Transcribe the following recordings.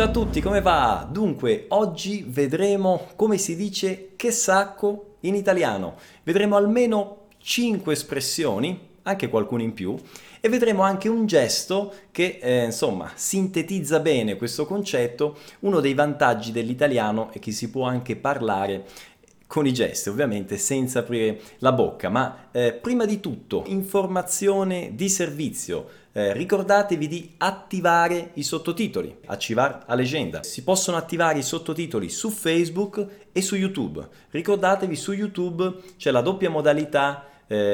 Ciao a tutti, come va? Dunque, oggi vedremo come si dice che sacco in italiano. Vedremo almeno 5 espressioni, anche qualcuna in più, e vedremo anche un gesto che, insomma, sintetizza bene questo concetto. Uno dei vantaggi dell'italiano è che si può anche parlare con i gesti, ovviamente senza aprire la bocca, ma prima di tutto, informazione di servizio. Ricordatevi di attivare i sottotitoli, attivar a legenda. Si possono attivare i sottotitoli su Facebook e su YouTube. Ricordatevi, su YouTube c'è la doppia modalità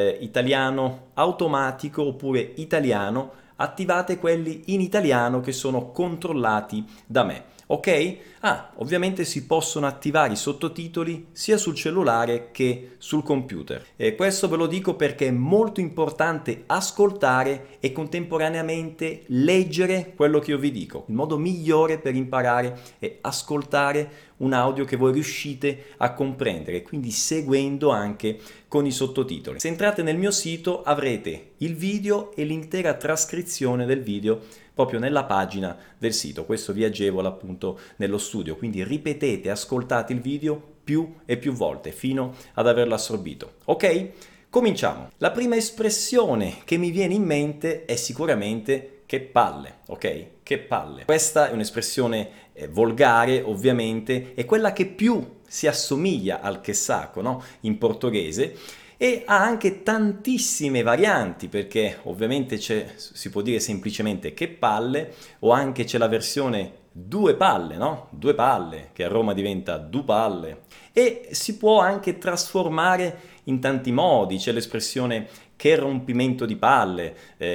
italiano automatico oppure italiano. Attivate quelli in italiano che sono controllati da me. Ok? Ovviamente si possono attivare i sottotitoli sia sul cellulare che sul computer. E questo ve lo dico perché è molto importante ascoltare e contemporaneamente leggere quello che io vi dico. Il modo migliore per imparare è ascoltare un audio che voi riuscite a comprendere, quindi seguendo anche con i sottotitoli. Se entrate nel mio sito avrete il video e l'intera trascrizione del video proprio nella pagina del sito. Questo vi agevola appunto nello studio, quindi ripetete, ascoltate il video più e più volte fino ad averlo assorbito. Ok? Cominciamo. La prima espressione che mi viene in mente è sicuramente che palle, ok? Che palle. Questa è un'espressione volgare, ovviamente, è quella che più si assomiglia al che sacco, no? In portoghese. E ha anche tantissime varianti perché ovviamente si può dire semplicemente che palle o anche c'è la versione due palle, no? Due palle, che a Roma diventa du palle. E si può anche trasformare in tanti modi, c'è l'espressione che rompimento di palle,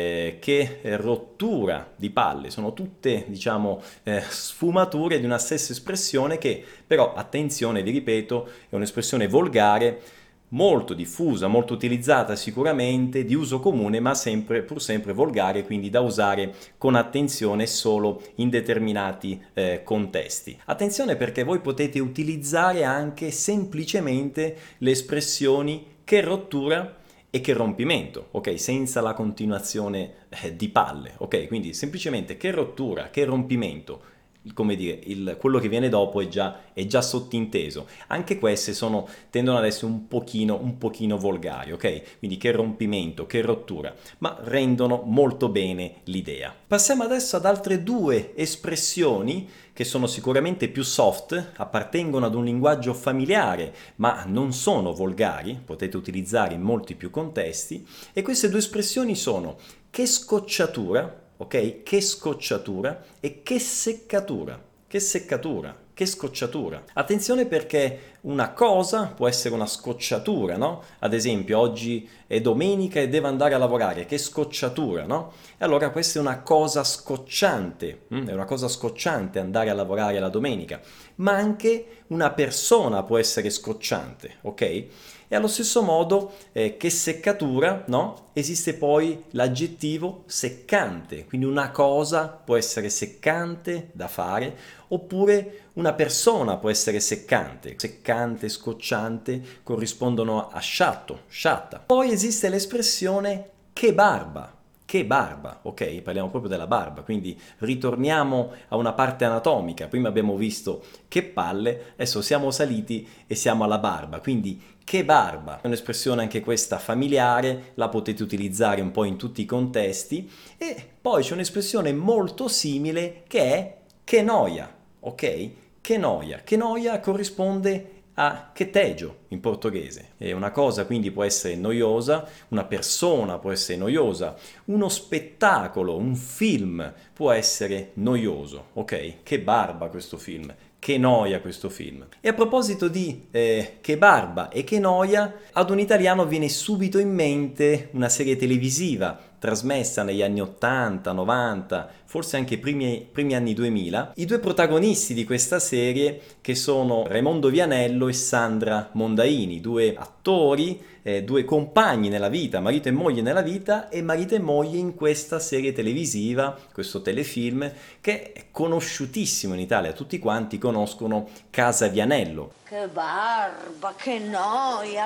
che rottura di palle, sono tutte, diciamo, sfumature di una stessa espressione che però, attenzione, vi ripeto, è un'espressione volgare, molto diffusa, molto utilizzata sicuramente, di uso comune, ma pur sempre volgare, quindi da usare con attenzione solo in determinati contesti. Attenzione perché voi potete utilizzare anche semplicemente le espressioni che rottura e che rompimento, ok? Senza la continuazione di palle, ok? Quindi semplicemente che rottura, che rompimento. Come dire, quello che viene dopo è già sottinteso. Anche queste tendono ad essere un pochino volgari, ok? Quindi che rompimento, che rottura, ma rendono molto bene l'idea. Passiamo adesso ad altre due espressioni che sono sicuramente più soft, appartengono ad un linguaggio familiare, ma non sono volgari, potete utilizzare in molti più contesti, e queste due espressioni sono che scocciatura, ok? Che scocciatura e che seccatura. Che seccatura, che scocciatura. Attenzione perché una cosa può essere una scocciatura, no? Ad esempio, oggi è domenica e devo andare a lavorare, che scocciatura, no? E allora questa è una cosa scocciante, è una cosa scocciante andare a lavorare la domenica, ma anche una persona può essere scocciante, ok? E allo stesso modo che seccatura, no? Esiste poi l'aggettivo seccante, quindi una cosa può essere seccante da fare, oppure una persona può essere seccante. Seccante, scocciante corrispondono a sciatto, sciatta. Poi esiste l'espressione che barba. Che barba, ok? Parliamo proprio della barba, quindi ritorniamo a una parte anatomica. Prima abbiamo visto che palle, adesso siamo saliti e siamo alla barba, quindi che barba. È un'espressione anche questa familiare, la potete utilizzare un po' in tutti i contesti. E poi c'è un'espressione molto simile che è che noia, ok? Che noia. Che noia corrisponde a che teggio in portoghese. E una cosa quindi può essere noiosa, una persona può essere noiosa, uno spettacolo, un film può essere noioso, ok? Che barba questo film, che noia questo film. E a proposito di che barba e che noia, ad un italiano viene subito in mente una serie televisiva trasmessa negli anni 80, 90, forse anche primi anni 2000. I due protagonisti di questa serie che sono Raimondo Vianello e Sandra Mondaini, due attori, due compagni nella vita, marito e moglie nella vita e marito e moglie in questa serie televisiva, questo telefilm che è conosciutissimo in Italia, tutti quanti conoscono Casa Vianello. Che barba, che noia,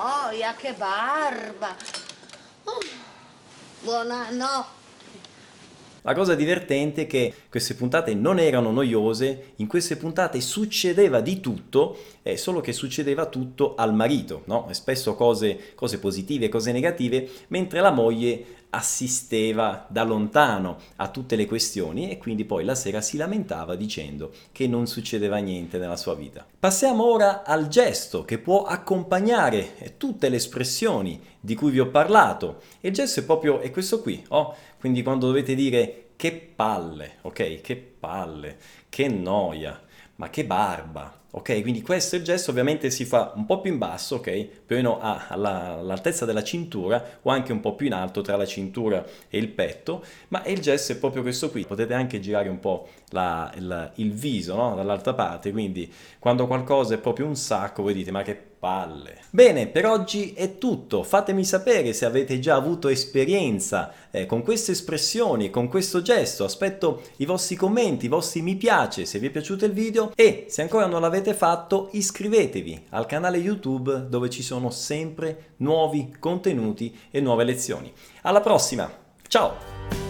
che barba. Buonanotte. La cosa divertente è che queste puntate non erano noiose, in queste puntate succedeva di tutto, solo che succedeva tutto al marito, no? E spesso cose positive, cose negative, mentre la moglie assisteva da lontano a tutte le questioni e quindi poi la sera si lamentava dicendo che non succedeva niente nella sua vita. Passiamo ora al gesto che può accompagnare tutte le espressioni di cui vi ho parlato. E il gesto è questo qui, oh? Quindi quando dovete dire che palle, ok? Che palle, che noia, ma che barba. Ok, quindi questo è il gesto, ovviamente si fa un po' più in basso, ok? Più o meno all'altezza della cintura o anche un po' più in alto tra la cintura e il petto, ma il gesto è proprio questo qui. Potete anche girare un po' il viso, no? Dall'altra parte, quindi quando qualcosa è proprio un sacco, voi dite ma che palle. Bene, per oggi è tutto. Fatemi sapere se avete già avuto esperienza con queste espressioni, con questo gesto. Aspetto i vostri commenti, i vostri mi piace se vi è piaciuto il video e se ancora non l'avete fatto iscrivetevi al canale YouTube dove ci sono sempre nuovi contenuti e nuove lezioni. Alla prossima, ciao!